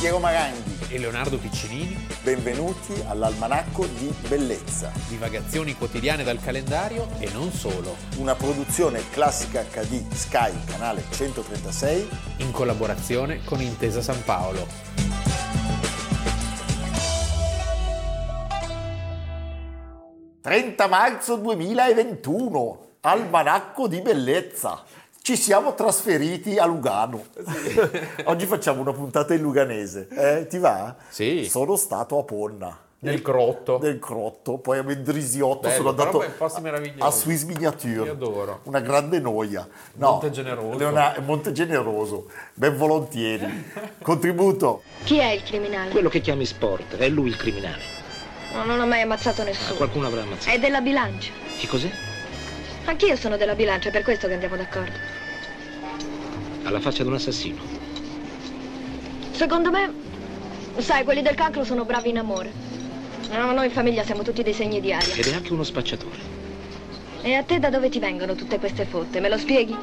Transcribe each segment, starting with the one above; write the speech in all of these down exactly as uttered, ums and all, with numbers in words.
Piero Maranghi e Leonardo Piccinini. Benvenuti all'Almanacco di Bellezza. Divagazioni quotidiane dal calendario e non solo. Una produzione Classica acca di Sky, canale centotrentasei, in collaborazione con Intesa San Paolo. trenta marzo duemilaventuno, Almanacco di Bellezza. Ci siamo trasferiti a Lugano. Sì. Oggi facciamo una puntata in luganese. Eh, ti va? Sì. Sono stato a Ponna. Nel Crotto. Nel Crotto, poi a Mendrisiotto. Bello, sono andato posti meravigliosi. a Swiss Miniature. Io adoro. Una grande noia. No, Monte Generoso. Leona- Monte Generoso. Ben volentieri. Contributo. Chi è il criminale? Quello che chiami sport, è lui il criminale. No, non ho mai ammazzato nessuno. Ah, qualcuno avrà ammazzato. È della bilancia. Che cos'è? Anch'io sono della bilancia, è per questo che andiamo d'accordo. Alla faccia di un assassino. Secondo me, sai, quelli del cancro sono bravi in amore. No, noi in famiglia siamo tutti dei segni di aria. Ed è anche uno spacciatore. E a te da dove ti vengono tutte queste fotte? Me lo spieghi?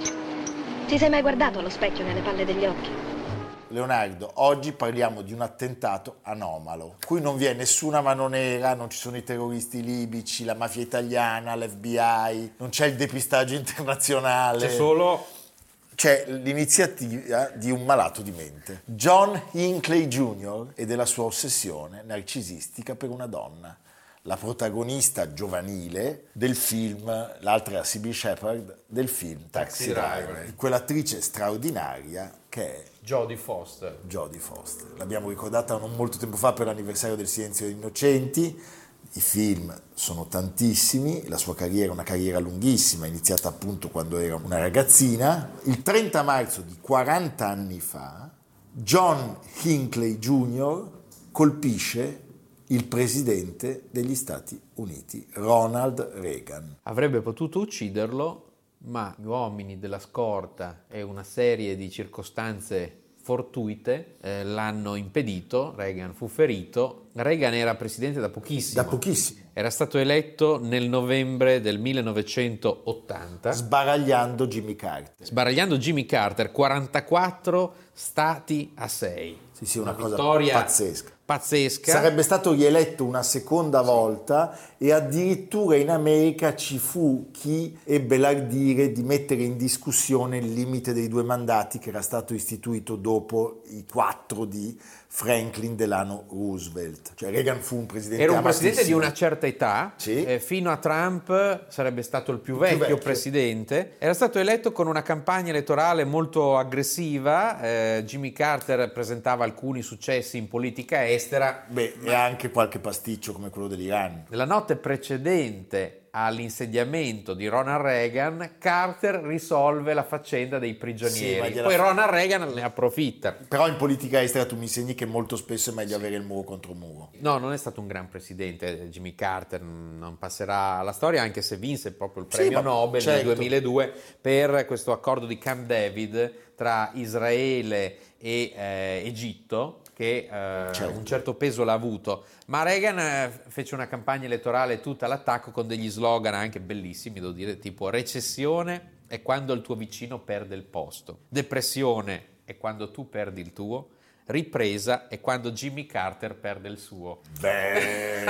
Ti sei mai guardato allo specchio nelle palle degli occhi? Leonardo, oggi parliamo di un attentato anomalo. Qui non vi è nessuna mano nera, non ci sono i terroristi libici, la mafia italiana, l'F B I, non c'è il depistaggio internazionale. C'è solo... C'è l'iniziativa di un malato di mente, John Hinckley Junior, e della sua ossessione narcisistica per una donna. La protagonista giovanile del film, l'altra era Sybil Shepherd, del film Taxi, Taxi Driver. Driver. Quell'attrice straordinaria che è Jodie Foster. Jodie Foster. L'abbiamo ricordata non molto tempo fa per l'anniversario del Silenzio degli Innocenti. I film sono tantissimi, la sua carriera è una carriera lunghissima, iniziata appunto quando era una ragazzina. Il trenta marzo di quaranta anni fa, John Hinckley Junior colpisce il presidente degli Stati Uniti, Ronald Reagan. Avrebbe potuto ucciderlo, ma gli uomini della scorta e una serie di circostanze fortuite eh, l'hanno impedito. Reagan fu ferito. Reagan era presidente da pochissimo. Da pochissimo. Era stato eletto nel novembre del millenovecentottanta. Sbaragliando Jimmy Carter. Sbaragliando Jimmy Carter, quarantaquattro stati a sei. Sì, sì, una, una cosa vittoria pazzesca. Pazzesca. Sarebbe stato rieletto una seconda sì. volta, e addirittura in America ci fu chi ebbe l'ardire di mettere in discussione il limite dei due mandati che era stato istituito dopo i quattro di Franklin Delano Roosevelt. Cioè Reagan fu un presidente Era un amatissimo. presidente di una certa età, sì. eh, fino a Trump sarebbe stato il più vecchio, il più vecchio presidente. Era stato eletto con una campagna elettorale molto aggressiva. eh, Jimmy Carter presentava alcuni successi in politica estera. Beh, ma... e anche qualche pasticcio come quello dell'Iran. Nella notte precedente all'insediamento di Ronald Reagan, Carter risolve la faccenda dei prigionieri. Sì, poi fa... Ronald Reagan ne approfitta. Però in politica estera tu mi insegni che molto spesso è meglio avere il muro contro muro. No, non è stato un gran presidente Jimmy Carter, non passerà alla storia, anche se vinse proprio il premio sì, Nobel certo. nel duemiladue per questo accordo di Camp David tra Israele e eh, Egitto, che eh, certo. un certo peso l'ha avuto. Ma Reagan eh, fece una campagna elettorale tutta all'attacco con degli slogan anche bellissimi, devo dire, tipo recessione è quando il tuo vicino perde il posto, depressione è quando tu perdi il tuo, ripresa è quando Jimmy Carter perde il suo. Beh,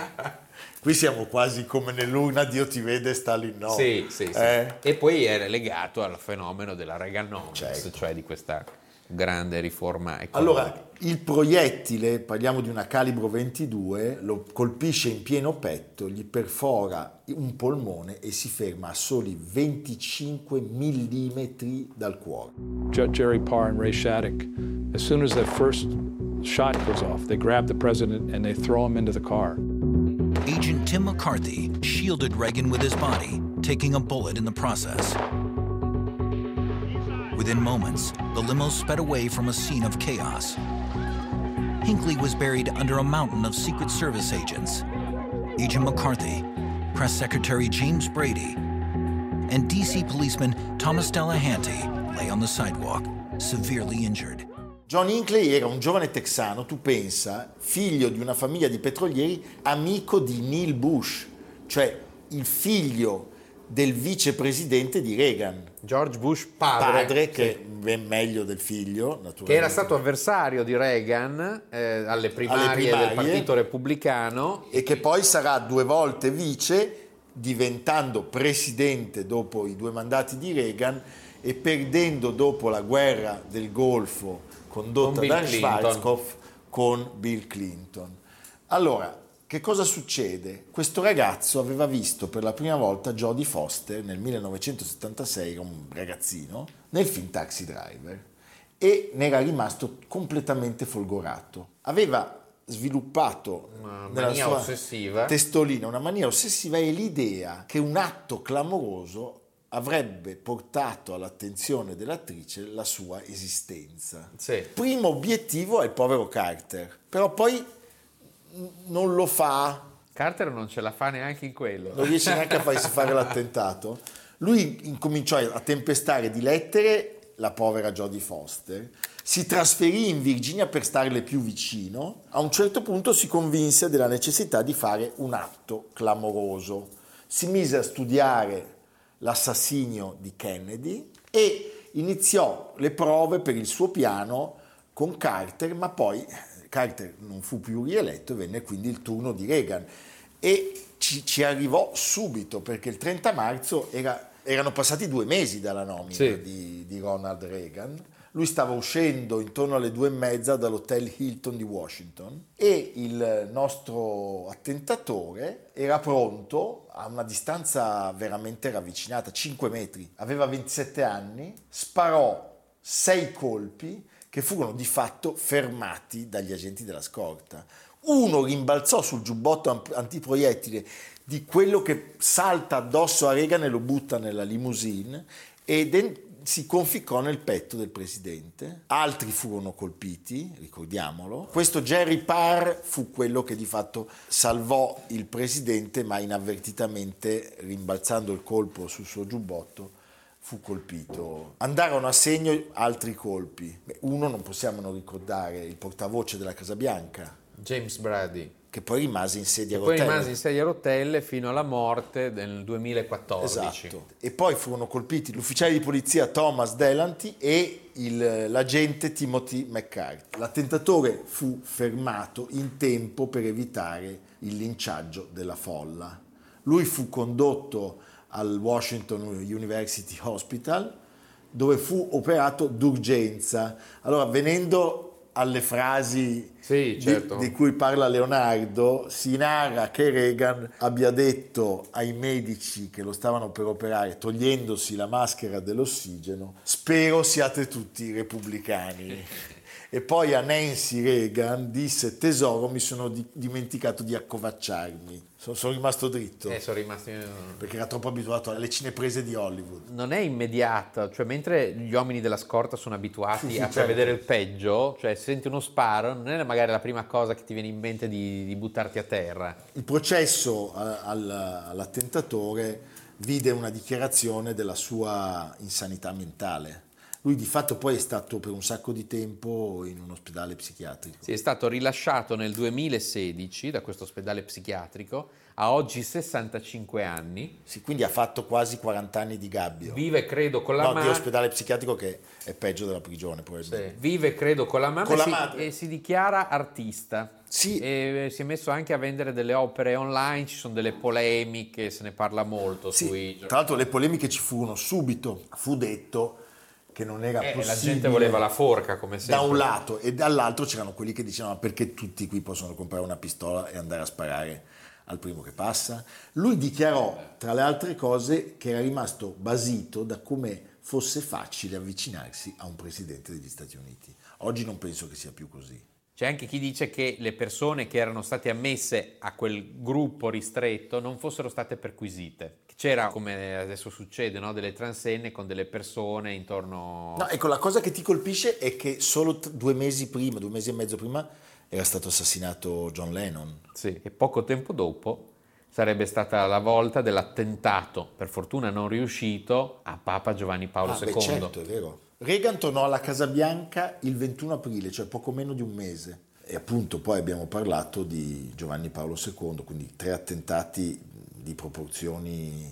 qui siamo quasi come nell'Una Dio ti vede Stalin no. Sì, sì, sì. Eh? E poi era legato al fenomeno della Reaganomics, certo. cioè di questa grande riforma economica. Allora, il proiettile, parliamo di una calibro ventidue, lo colpisce in pieno petto, gli perfora un polmone e si ferma a soli venticinque millimetri dal cuore. Judge Jerry Parr and Ray Shattuck, as soon as that first shot goes off, they grab the president and they throw him into the car. Agent Tim McCarthy shielded Reagan with his body, taking a bullet in the process. Within moments, the limo sped away from a scene of chaos. Hinckley was buried under a mountain of Secret Service agents. Agent McCarthy, Press Secretary James Brady, and D C policeman Thomas Delahanty lay on the sidewalk, severely injured. John Hinckley era un giovane texano, tu pensa, figlio di una famiglia di petrolieri, amico di Neil Bush, cioè il figlio del vicepresidente di Reagan, George Bush padre, padre che sì. ben meglio del figlio, naturalmente. Che era stato avversario di Reagan eh, alle, primarie alle primarie del Partito Repubblicano. E che poi sarà due volte vice, diventando presidente dopo i due mandati di Reagan e perdendo dopo la guerra del Golfo condotta Con da Bill Schwarzkopf con Bill Clinton. Allora, che cosa succede? Questo ragazzo aveva visto per la prima volta Jodie Foster nel millenovecentosettantasei, era un ragazzino, nel film Taxi Driver, e ne era rimasto completamente folgorato. Aveva sviluppato una nella mania sua ossessiva testolina una mania ossessiva e l'idea che un atto clamoroso avrebbe portato all'attenzione dell'attrice la sua esistenza. Sì. Primo obiettivo è il povero Carter, però poi non lo fa. Carter non ce la fa neanche in quello. Non riesce neanche a farsi fare l'attentato. Lui incominciò a tempestare di lettere la povera Jodie Foster, si trasferì in Virginia per starle più vicino. A un certo punto si convinse della necessità di fare un atto clamoroso. Si mise a studiare l'assassinio di Kennedy e iniziò le prove per il suo piano con Carter, ma poi Carter non fu più rieletto e venne quindi il turno di Reagan e ci, ci arrivò subito, perché il trenta marzo era, erano passati due mesi dalla nomina sì. di, di Ronald Reagan. Lui stava uscendo intorno alle due e mezza dall'hotel Hilton di Washington e il nostro attentatore era pronto a una distanza veramente ravvicinata, cinque metri. Aveva ventisette anni, sparò sei colpi che furono di fatto fermati dagli agenti della scorta. Uno rimbalzò sul giubbotto antiproiettile di quello che salta addosso a Reagan e lo butta nella limousine e si conficcò nel petto del presidente. Altri furono colpiti, ricordiamolo. Questo Jerry Parr fu quello che di fatto salvò il presidente, ma inavvertitamente, rimbalzando il colpo sul suo giubbotto, fu colpito. Andarono a segno altri colpi. Beh, uno non possiamo non ricordare, il portavoce della Casa Bianca, James Brady, che poi rimase in sedia a poi rotelle. rimase in sedia a rotelle fino alla morte nel duemilaquattordici. Esatto. E poi furono colpiti l'ufficiale di polizia Thomas Delanty e il, l'agente Timothy McCarthy. L'attentatore fu fermato in tempo per evitare il linciaggio della folla. Lui fu condotto al Washington University Hospital, dove fu operato d'urgenza. Allora, venendo alle frasi sì, certo. di, di cui parla Leonardo, si narra che Reagan abbia detto ai medici che lo stavano per operare, togliendosi la maschera dell'ossigeno: spero siate tutti repubblicani. E poi a Nancy Reagan disse: tesoro, mi sono di- dimenticato di accovacciarmi. Sono, sono rimasto dritto. Eh, sono rimasti... Perché era troppo abituato alle cineprese di Hollywood. Non è immediata, cioè mentre gli uomini della scorta sono abituati sì, sì, a certo. prevedere il peggio, cioè se senti uno sparo non è magari la prima cosa che ti viene in mente di, di buttarti a terra. Il processo a, al, all'attentatore vide una dichiarazione della sua insanità mentale. Lui di fatto poi è stato per un sacco di tempo in un ospedale psichiatrico. Sì, è stato rilasciato nel duemilasedici da questo ospedale psichiatrico, ha oggi sessantacinque anni. Sì, quindi ha fatto quasi quaranta anni di gabbio. Vive, credo, con la no, madre... di ospedale psichiatrico, che è peggio della prigione, probabilmente. Sì. Vive, credo, con la madre, con la si, madre. e si dichiara artista. Sì. E si è messo anche a vendere delle opere online, ci sono delle polemiche, se ne parla molto Sì. sui... Tra l'altro le polemiche ci furono subito. Fu detto che non era eh, possibile. La gente voleva la forca, come sempre. Da un lato, e dall'altro c'erano quelli che dicevano: ma perché tutti qui possono comprare una pistola e andare a sparare al primo che passa? Lui dichiarò, tra le altre cose, che era rimasto basito da come fosse facile avvicinarsi a un presidente degli Stati Uniti. Oggi non penso che sia più così. C'è anche chi dice che le persone che erano state ammesse a quel gruppo ristretto non fossero state perquisite. C'era, come adesso succede, no? Delle transenne con delle persone intorno... No, ecco, la cosa che ti colpisce è che solo t- due mesi prima, due mesi e mezzo prima, era stato assassinato John Lennon. Sì, e poco tempo dopo sarebbe stata la volta dell'attentato, per fortuna non riuscito, a Papa Giovanni Paolo ah, secondo. Beh, certo, è vero. Reagan tornò alla Casa Bianca il ventuno aprile, cioè poco meno di un mese. E appunto poi abbiamo parlato di Giovanni Paolo secondo, quindi tre attentati di proporzioni pazzesche.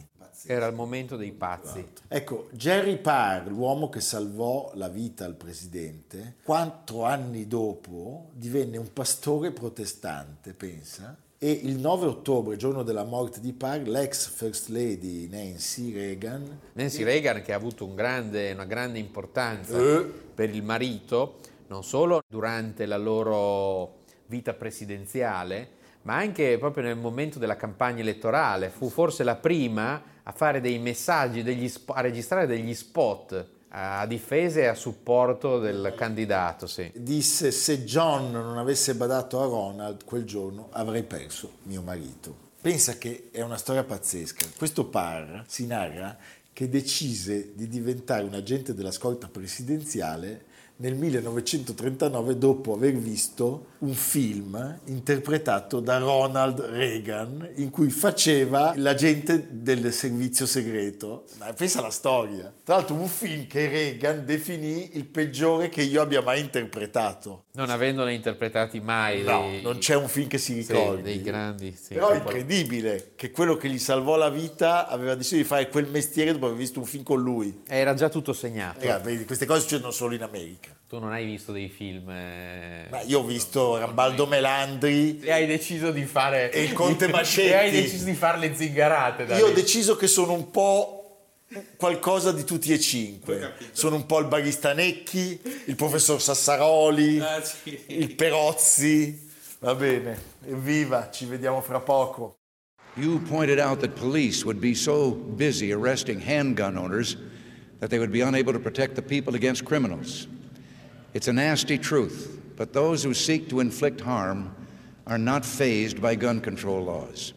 pazzi. Era il momento dei pazzi. Ecco, Jerry Parr, l'uomo che salvò la vita al presidente, quattro anni dopo divenne un pastore protestante, pensa, e il nove ottobre, giorno della morte di Parr, l'ex First Lady Nancy Reagan... Nancy Reagan, che ha avuto un grande, una grande importanza Eh. per il marito, non solo durante la loro vita presidenziale, ma anche proprio nel momento della campagna elettorale. Fu forse la prima a fare dei messaggi, degli sp- a registrare degli spot a difesa e a supporto del candidato. Sì. Disse: se John non avesse badato a Ronald quel giorno avrei perso mio marito. Pensa che è una storia pazzesca. Questo Parr si narra che decise di diventare un agente della scorta presidenziale nel millenovecentotrentanove dopo aver visto un film interpretato da Ronald Reagan in cui faceva l'agente del servizio segreto. Ma pensa alla storia. Tra l'altro un film che Reagan definì il peggiore che io abbia mai interpretato. Non avendone interpretati mai. No, dei, non c'è un film che si ricordi. Sì, dei grandi. Sì, Però è incredibile che quello che gli salvò la vita aveva deciso di fare quel mestiere dopo aver visto un film con lui. Era già tutto segnato. Eh, vedi, queste cose succedono solo in America. Tu non hai visto dei film... Eh... Ma io ho visto Rambaldo Melandri e hai deciso di fare... e il Conte Mascetti. E hai deciso di fare le zingarate. Dai. Io ho deciso che sono un po' qualcosa di tutti e cinque. Sono un po' il Baristanecchi, il professor Sassaroli, ah, sì. il Perozzi. Va bene, evviva, ci vediamo fra poco. You pointed out that police would be so busy arresting handgun owners that they would be unable to protect the people against criminals. It's a nasty truth, but those who seek to inflict harm are not fazed by gun control laws.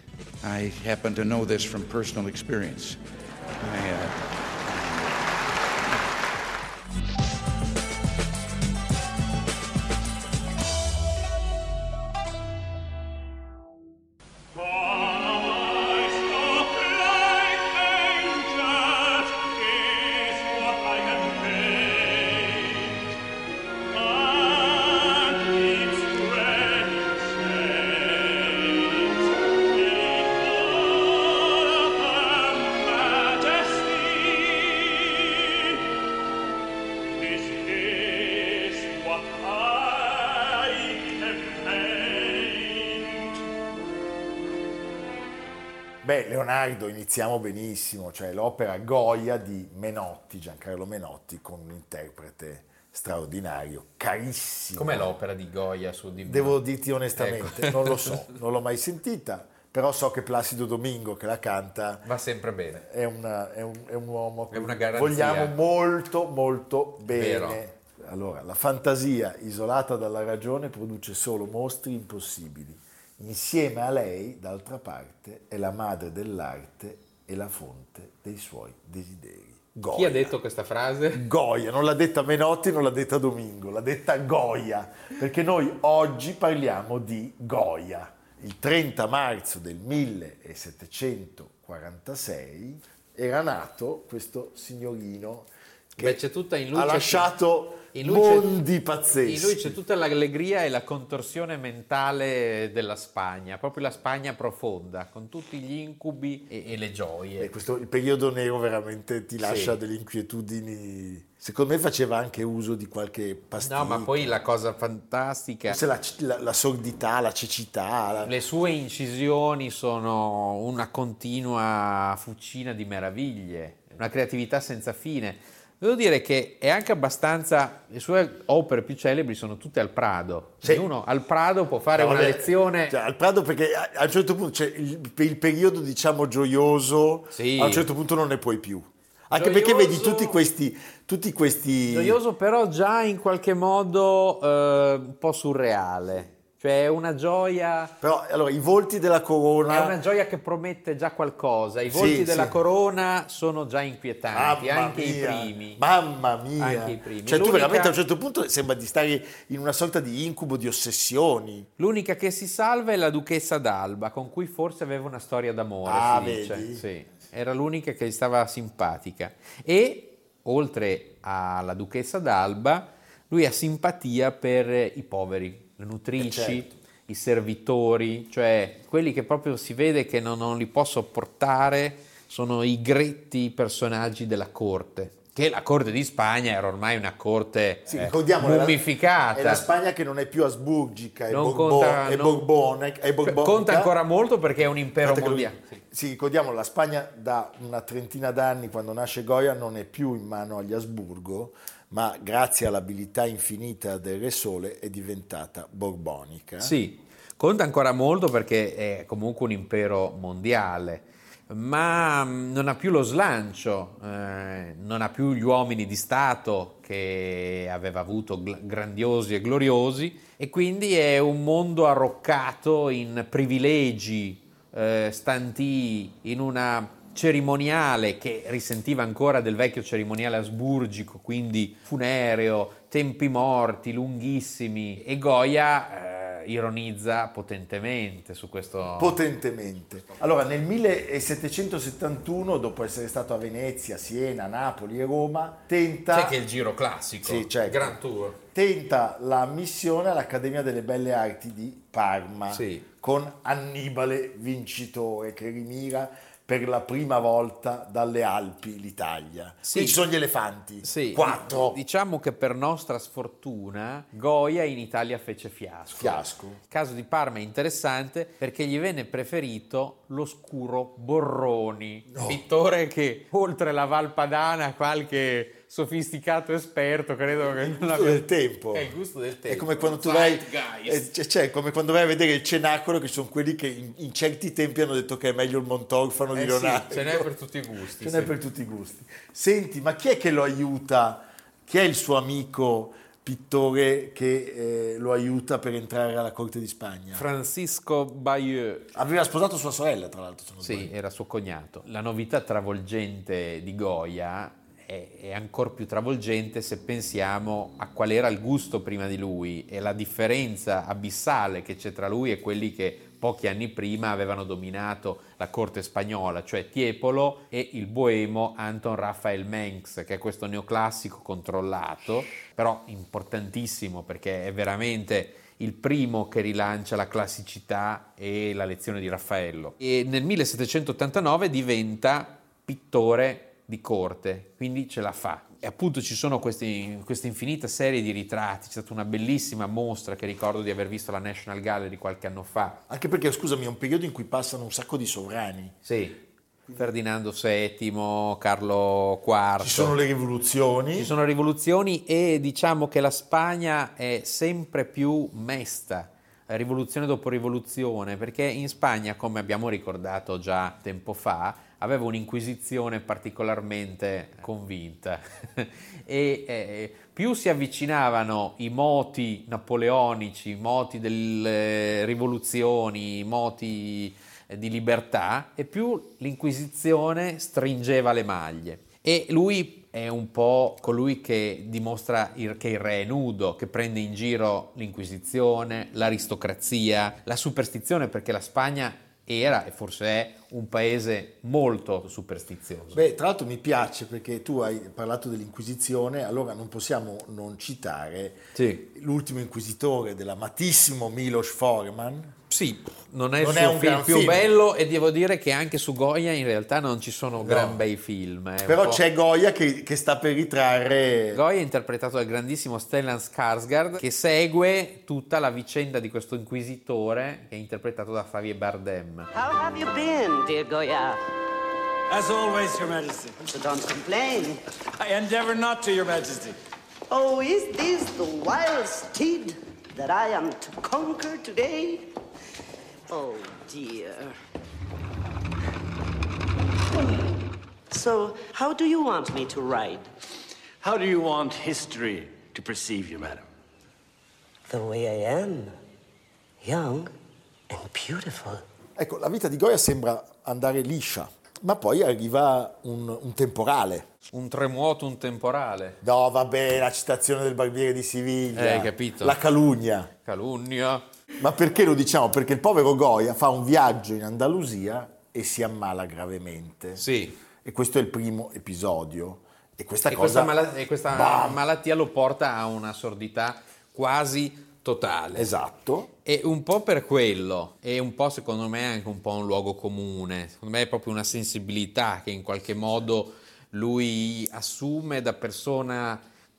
I happen to know this from personal experience. I, uh... Beh, Leonardo, iniziamo benissimo, cioè l'opera Goya di Menotti, Giancarlo Menotti, con un interprete straordinario, carissimo. Com'è l'opera di Goya su di... Devo dirti onestamente, ecco. non lo so, non l'ho mai sentita, però so che Placido Domingo, che la canta, va sempre bene. È, una, è, un, è un uomo che è una garanzia. Vogliamo molto, molto bene. Vero. Allora, la fantasia isolata dalla ragione produce solo mostri impossibili. Insieme a lei, d'altra parte, è la madre dell'arte e la fonte dei suoi desideri. Goya. Chi ha detto questa frase? Goya, non l'ha detta Menotti, non l'ha detta Domingo, l'ha detta Goya, perché noi oggi parliamo di Goya. Il trenta marzo del millesettecentoquarantasei era nato questo signorino che Beh, c'è tutta in luce, ha lasciato in luce, mondi pazzeschi. In lui c'è tutta l'allegria e la contorsione mentale della Spagna, proprio la Spagna profonda, con tutti gli incubi e, e le gioie. E questo, il periodo nero veramente ti lascia sì. delle inquietudini. Secondo me faceva anche uso di qualche pasticca. No, ma poi la cosa fantastica... La, la, la sordità, la cecità. La... Le sue incisioni sono una continua fucina di meraviglie, una creatività senza fine. Devo dire che è anche abbastanza... Le sue opere più celebri sono tutte al Prado. Sì. Uno al Prado può fare no, una vabbè, lezione... Cioè, al Prado perché a, a un certo punto, cioè, il, il periodo diciamo gioioso, sì. a un certo punto non ne puoi più. Anche gioioso, perché vedi tutti questi, tutti questi... Gioioso però già in qualche modo eh, un po' surreale. Cioè è una gioia... Però allora i volti della corona... È una gioia che promette già qualcosa. I volti sì, della sì. corona sono già inquietanti, mamma anche mia, i primi. Mamma mia! Anche i primi. Cioè l'unica... tu veramente a un certo punto sembra di stare in una sorta di incubo, di ossessioni. L'unica che si salva è la duchessa d'Alba, con cui forse aveva una storia d'amore, ah, si dice. Vedi? Sì. Era l'unica che gli stava simpatica. E, oltre alla duchessa d'Alba, lui ha simpatia per i poveri, le nutrici, certo. i servitori, cioè quelli che proprio si vede che non, non li può sopportare, sono i gretti personaggi della corte. Che la corte di Spagna era ormai una corte sì, eh, È mummificata. la, è la Spagna che non è più asburgica, è, non Borbon, conta, è, non, Borbone, è borbonica. Conta ancora molto perché è un impero mondiale. Sì. Sì, ricordiamo, la Spagna da una trentina d'anni, quando nasce Goya, non è più in mano agli Asburgo, ma grazie all'abilità infinita del Re Sole è diventata borbonica. Sì, conta ancora molto perché è comunque un impero mondiale, ma non ha più lo slancio, eh, non ha più gli uomini di Stato che aveva avuto gl- grandiosi e gloriosi, e quindi è un mondo arroccato in privilegi, eh, stanti in una cerimoniale che risentiva ancora del vecchio cerimoniale asburgico, quindi funereo, tempi morti lunghissimi, e Goya eh, ironizza potentemente su questo. Potentemente. Allora, nel millesettecentosettantuno, dopo essere stato a Venezia, Siena, Napoli e Roma, tenta... C'è che è il giro classico, sì, certo. Grand Tour. Tenta la missione all'Accademia delle Belle Arti di Parma, sì. con Annibale vincitore che rimira per la prima volta dalle Alpi l'Italia. Sì. Qui ci sono gli elefanti, sì. quattro. Diciamo che per nostra sfortuna Goya in Italia fece fiasco. Fiasco. Il caso di Parma è interessante perché gli venne preferito l'oscuro Borroni, no. pittore che oltre la Val Padana qualche sofisticato esperto credo che il non gusto abbia... del tempo. È il gusto del tempo. È come quando tu vai è, cioè, come quando vai a vedere il Cenacolo, che sono quelli che in, in certi tempi hanno detto che è meglio il Montolfano eh di Leonardo. Sì, ce n'è per tutti i gusti. Ce sì. n'è per tutti i gusti. Senti, ma chi è che lo aiuta? Chi è il suo amico pittore che eh, lo aiuta per entrare alla corte di Spagna? Francisco Bayeux. Aveva sposato sua sorella, tra l'altro. Se non sì, sbaglio. era suo cognato. La novità travolgente di Goya è, è ancora più travolgente se pensiamo a qual era il gusto prima di lui e la differenza abissale che c'è tra lui e quelli che pochi anni prima avevano dominato la corte spagnola, cioè Tiepolo e il boemo Anton Raphael Mengs, che è questo neoclassico controllato, però importantissimo perché è veramente il primo che rilancia la classicità e la lezione di Raffaello. E nel millesettecentottantanove diventa pittore di corte, quindi ce la fa. E appunto ci sono questi, questa infinita serie di ritratti. C'è stata una bellissima mostra che ricordo di aver visto alla National Gallery qualche anno fa. Anche perché, scusami, è un periodo in cui passano un sacco di sovrani. Sì, Ferdinando settimo, Carlo quarto. Ci sono le rivoluzioni. Ci sono rivoluzioni e diciamo che la Spagna è sempre più mesta, rivoluzione dopo rivoluzione, perché in Spagna, come abbiamo ricordato già tempo fa, aveva un'inquisizione particolarmente convinta e eh, più si avvicinavano i moti napoleonici, i moti delle rivoluzioni, i moti di libertà, e più l'Inquisizione stringeva le maglie. E lui è un po' colui che dimostra il, che il re è nudo, che prende in giro l'Inquisizione, l'aristocrazia, la superstizione, perché la Spagna era e forse è un paese molto superstizioso. Beh, tra l'altro mi piace perché tu hai parlato dell'Inquisizione, allora non possiamo non citare sì. l'ultimo inquisitore dell'amatissimo Miloš Forman. Sì, non è non il è suo un film gran più film. bello, e devo dire che anche su Goya in realtà non ci sono No. gran bei film. È Però un po'... c'è Goya che, che sta per ritrarre... Goya è interpretato dal grandissimo Stellan Skarsgård, che segue tutta la vicenda di questo inquisitore, che è interpretato da Javier Bardem. How have you been, dear Goya? As always, Your Majesty. So don't complain. I endeavor not to, Your Majesty. Oh, is this the wild steed that I am to conquer today? Oh, dear. So, how do you want me to ride? How do you want history to perceive you, madam? The way I am. Young and beautiful. Ecco, la vita di Goya sembra andare liscia, ma poi arriva un, un temporale. Un tremoto, un temporale. No, vabbè, la citazione del Barbiere di Siviglia. Eh, hai capito. La calunnia. Calunnia. Ma perché lo diciamo? Perché il povero Goya fa un viaggio in Andalusia e si ammala gravemente. Sì. E questo è il primo episodio. E questa E cosa... questa, mala- e questa malattia lo porta a una sordità quasi totale. Esatto. E un po' per quello, e un po' secondo me anche un po' un luogo comune, secondo me è proprio una sensibilità che in qualche modo lui assume da persona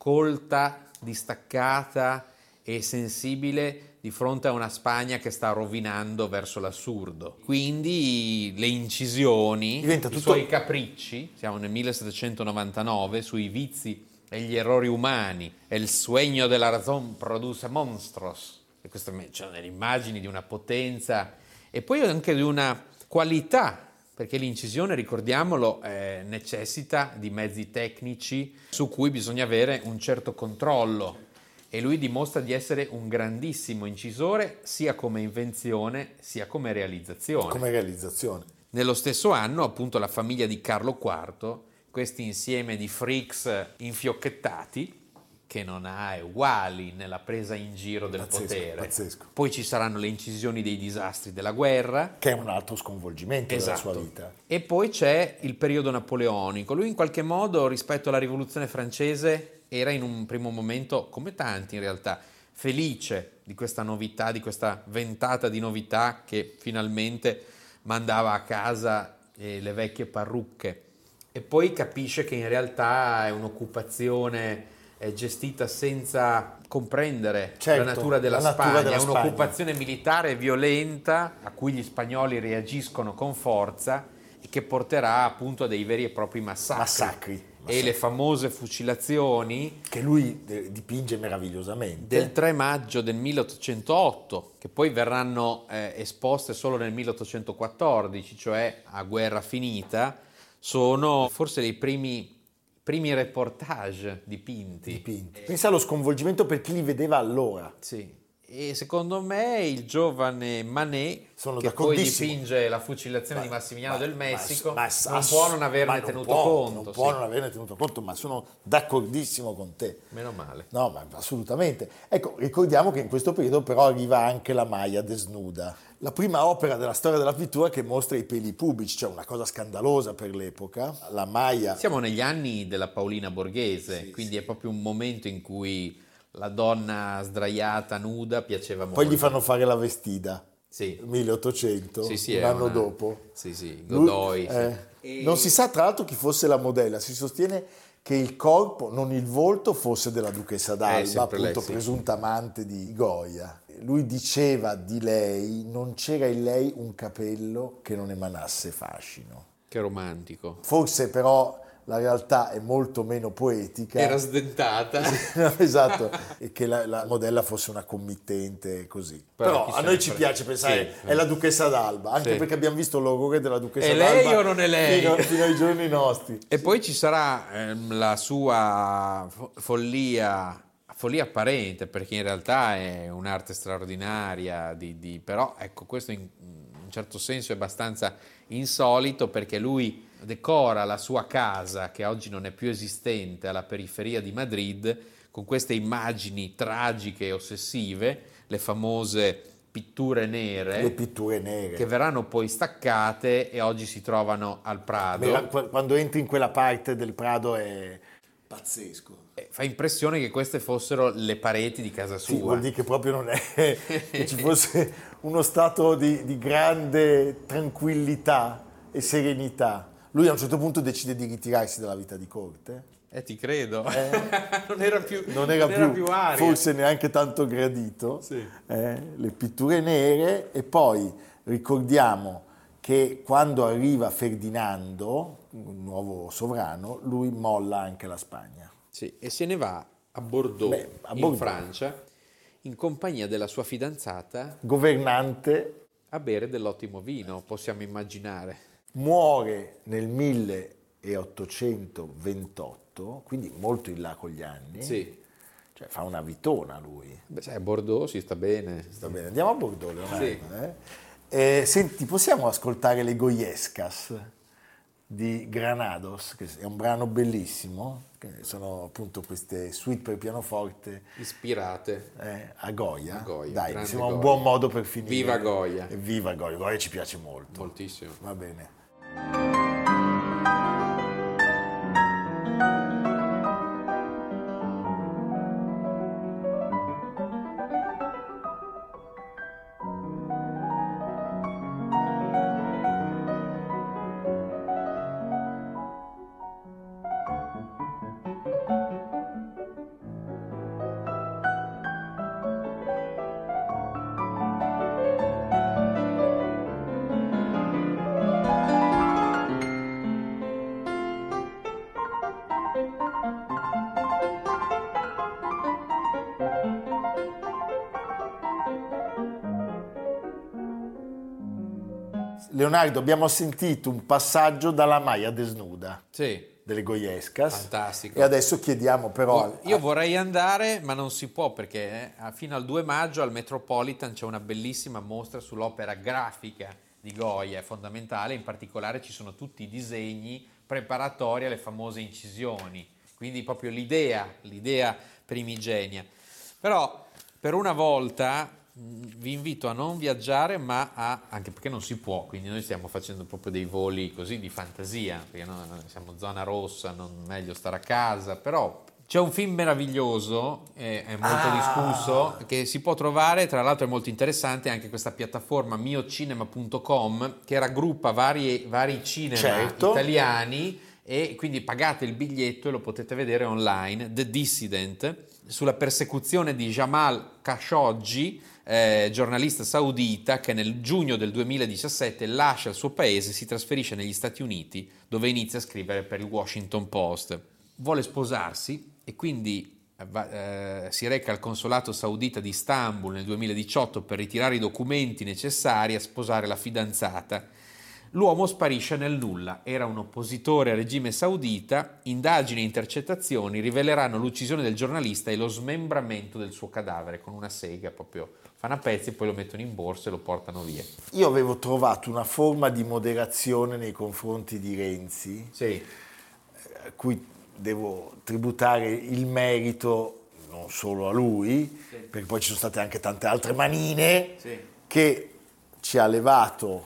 colta, distaccata e sensibile di fronte a una Spagna che sta rovinando verso l'assurdo. Quindi le incisioni, Diventa i tutto... suoi capricci, siamo nel millesettecentonovantanove, sui vizi e gli errori umani, e il sueño della razón produce monstros, e queste sono delle immagini di una potenza e poi anche di una qualità, perché l'incisione, ricordiamolo, eh, necessita di mezzi tecnici su cui bisogna avere un certo controllo, e lui dimostra di essere un grandissimo incisore sia come invenzione sia come realizzazione. Come realizzazione. Nello stesso anno, appunto, la famiglia di Carlo quarto, questo insieme di freaks infiocchettati, che non ha uguali nella presa in giro del pazzesco, potere. Pazzesco. Poi ci saranno le incisioni dei disastri della guerra. Che è un altro sconvolgimento esatto. della sua vita. E poi c'è il periodo napoleonico. Lui in qualche modo, rispetto alla rivoluzione francese, era in un primo momento, come tanti in realtà, felice di questa novità, di questa ventata di novità che finalmente mandava a casa eh, le vecchie parrucche. E poi capisce che in realtà è un'occupazione eh, gestita senza comprendere certo, la natura della la natura Spagna, della è Spagna. un'occupazione militare violenta a cui gli spagnoli reagiscono con forza e che porterà appunto a dei veri e propri massacri. Massacri. E le famose fucilazioni che lui dipinge meravigliosamente del tre maggio del milleottocentootto, che poi verranno eh, esposte solo nel milleottocentoquattordici, cioè a guerra finita, sono forse dei primi, primi reportage dipinti. dipinti. Pensa allo sconvolgimento per chi li vedeva allora. Sì. E secondo me il giovane Manet, Sono che poi dipinge la fucilazione ma, di Massimiliano ma, del Messico, ma, ma, non può non averne non tenuto può, conto. Non può sì. non averne tenuto conto, ma sono d'accordissimo con te. Meno male. No, ma assolutamente. Ecco, ricordiamo che in questo periodo però arriva anche la Maya desnuda, la prima opera della storia della pittura che mostra i peli pubici, cioè una cosa scandalosa per l'epoca. La Maya... Siamo negli anni della Paolina Borghese, sì, quindi sì. È proprio un momento in cui la donna sdraiata, nuda, piaceva molto. Poi gli fanno fare la vestita, sì. milleottocento, sì, sì, un anno una... dopo. Sì, sì, Godoy. Lui, eh, sì. Non si sa tra l'altro chi fosse la modella, si sostiene che il corpo, non il volto, fosse della duchessa d'Alba, appunto lei, sì. presunta amante di Goya. Lui diceva di lei, non c'era in lei un capello che non emanasse fascino. Che romantico. Forse però... la realtà è molto meno poetica. Era sdentata. Esatto, e che la, la modella fosse una committente così. Però, Però a noi ci piace pensare, sì, è la duchessa d'Alba, anche sì. perché abbiamo visto l'orrore della duchessa è d'Alba. È lei o non è lei? Fino, fino ai giorni nostri. E sì. Poi ci sarà ehm, la sua follia, follia apparente, perché in realtà è un'arte straordinaria, di, di, però ecco, questo in, in un certo senso è abbastanza insolito, perché lui decora la sua casa, che oggi non è più esistente, alla periferia di Madrid, con queste immagini tragiche e ossessive, le famose pitture nere, le pitture nere, che verranno poi staccate e oggi si trovano al Prado. Beh, quando entri in quella parte del Prado è pazzesco. Fa impressione che queste fossero le pareti di casa sua. Sì, vuol dire che proprio non è che ci fosse uno stato di, di grande tranquillità e serenità. Lui a un certo punto decide di ritirarsi dalla vita di corte. Eh, ti credo. Eh? non era più non era, non più, era più aria. Forse neanche tanto gradito. Sì. Eh? Le pitture nere. E poi ricordiamo che quando arriva Ferdinando, un nuovo sovrano, lui molla anche la Spagna. Sì, e se ne va a Bordeaux, Beh, a in Bordeaux. Francia, in compagnia della sua fidanzata, governante, a bere dell'ottimo vino, possiamo immaginare. Muore nel milleottocentoventotto, quindi molto in là con gli anni. Sì. Cioè fa una vitona lui. Beh, sai, a Bordeaux si sta bene. Sta bene. Andiamo a Bordeaux, Leonardo. Sì. Eh? Eh, senti, possiamo ascoltare le Goyescas di Granados, che è un brano bellissimo, che sono appunto queste suite per pianoforte ispirate eh, a Goya. A Goya. Dai, mi sembra Goya. un buon modo per finire. Viva Goya. E viva Goya. Goya ci piace molto. Moltissimo. Va bene. Leonardo, abbiamo sentito un passaggio dalla Maya desnuda. Sì. Delle Goyescas. Fantastico. E adesso chiediamo però... Oh, io vorrei andare, ma non si può perché eh, fino al due maggio al Metropolitan c'è una bellissima mostra sull'opera grafica di Goya, è fondamentale, in particolare ci sono tutti i disegni preparatori alle famose incisioni, quindi proprio l'idea, l'idea primigenia. Però per una volta vi invito a non viaggiare, ma a, anche perché non si può, quindi noi stiamo facendo proprio dei voli così di fantasia, perché noi siamo zona rossa, non meglio stare a casa, però c'è un film meraviglioso, è, è molto ah. discusso, che si può trovare, tra l'altro è molto interessante anche questa piattaforma mio cinema punto com che raggruppa vari, vari cinema certo. italiani, e quindi pagate il biglietto e lo potete vedere online. The Dissident, sulla persecuzione di Jamal Khashoggi, eh, giornalista saudita che nel giugno del duemiladiciassette lascia il suo paese e si trasferisce negli Stati Uniti, dove inizia a scrivere per il Washington Post. Vuole sposarsi e quindi eh, si reca al consolato saudita di Istanbul nel duemiladiciotto per ritirare i documenti necessari a sposare la fidanzata. L'uomo sparisce nel nulla, era un oppositore al regime saudita, indagini e intercettazioni riveleranno l'uccisione del giornalista e lo smembramento del suo cadavere con una sega, proprio fanno a pezzi e poi lo mettono in borsa e lo portano via. Io avevo trovato una forma di moderazione nei confronti di Renzi, sì. a cui devo tributare il merito non solo a lui, sì. perché poi ci sono state anche tante altre manine sì. che ci ha levato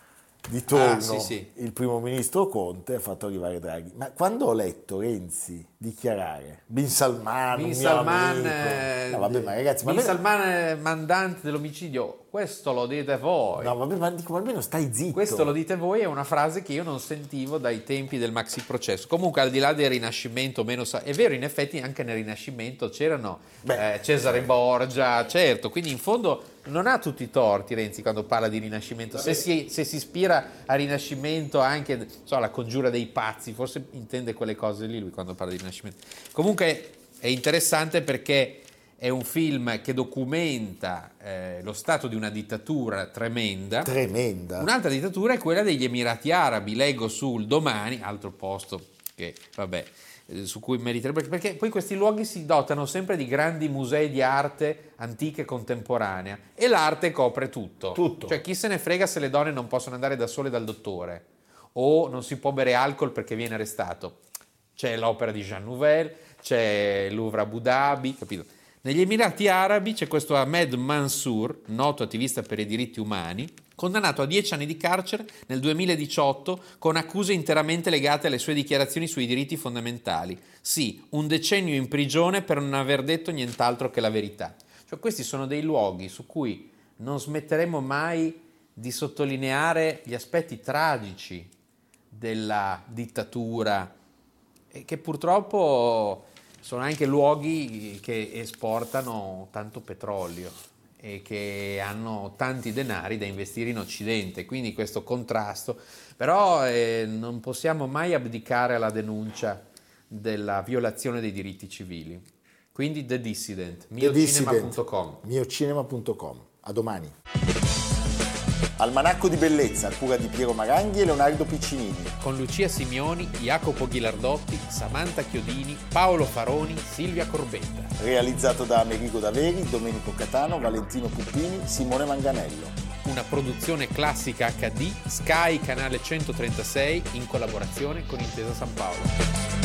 di torno ah, sì, sì. il primo ministro Conte ha fatto arrivare Draghi. Ma quando ho letto Renzi dichiarare Bin Salman, Bin un Salman, mio amico, no, vabbè, ma ragazzi, Bin ma Salman mandante dell'omicidio, questo lo dite voi. No, vabbè, ma dico, almeno stai zitto. Questo lo dite voi è una frase che io non sentivo dai tempi del maxi processo. Comunque, al di là del Rinascimento, meno sa- è vero, in effetti anche nel Rinascimento c'erano eh, Cesare Borgia, certo, quindi in fondo non ha tutti i torti Renzi quando parla di Rinascimento. Se si, se si ispira a Rinascimento anche so, la congiura dei pazzi, forse intende quelle cose lì lui quando parla di Rinascimento. Comunque è interessante perché è un film che documenta eh, lo stato di una dittatura tremenda. Tremenda. Un'altra dittatura è quella degli Emirati Arabi, leggo sul Domani, altro posto che vabbè su cui meriterebbe, perché poi questi luoghi si dotano sempre di grandi musei di arte antica e contemporanea e l'arte copre tutto. tutto. Cioè chi se ne frega se le donne non possono andare da sole dal dottore o non si può bere alcol perché viene arrestato. C'è l'opera di Jean Nouvel, c'è il Louvre Abu Dhabi, capito? Negli Emirati Arabi c'è questo Ahmed Mansour, noto attivista per i diritti umani, condannato a dieci anni di carcere nel duemiladiciotto con accuse interamente legate alle sue dichiarazioni sui diritti fondamentali. Sì, un decennio in prigione per non aver detto nient'altro che la verità. Cioè, questi sono dei luoghi su cui non smetteremo mai di sottolineare gli aspetti tragici della dittatura e che purtroppo sono anche luoghi che esportano tanto petrolio e che hanno tanti denari da investire in Occidente, quindi questo contrasto. Però eh, non possiamo mai abdicare alla denuncia della violazione dei diritti civili. Quindi The Dissident, mio cinema punto com. mio cinema punto com. A domani. Almanacco di bellezza, a cura di Piero Maranghi e Leonardo Piccinini. Con Lucia Simioni, Jacopo Ghilardotti, Samantha Chiodini, Paolo Faroni, Silvia Corbetta. Realizzato da Amerigo Daveri, Domenico Catano, Valentino Puppini, Simone Manganello. Una produzione classica acca di, Sky Canale centotrentasei, in collaborazione con Intesa San Paolo.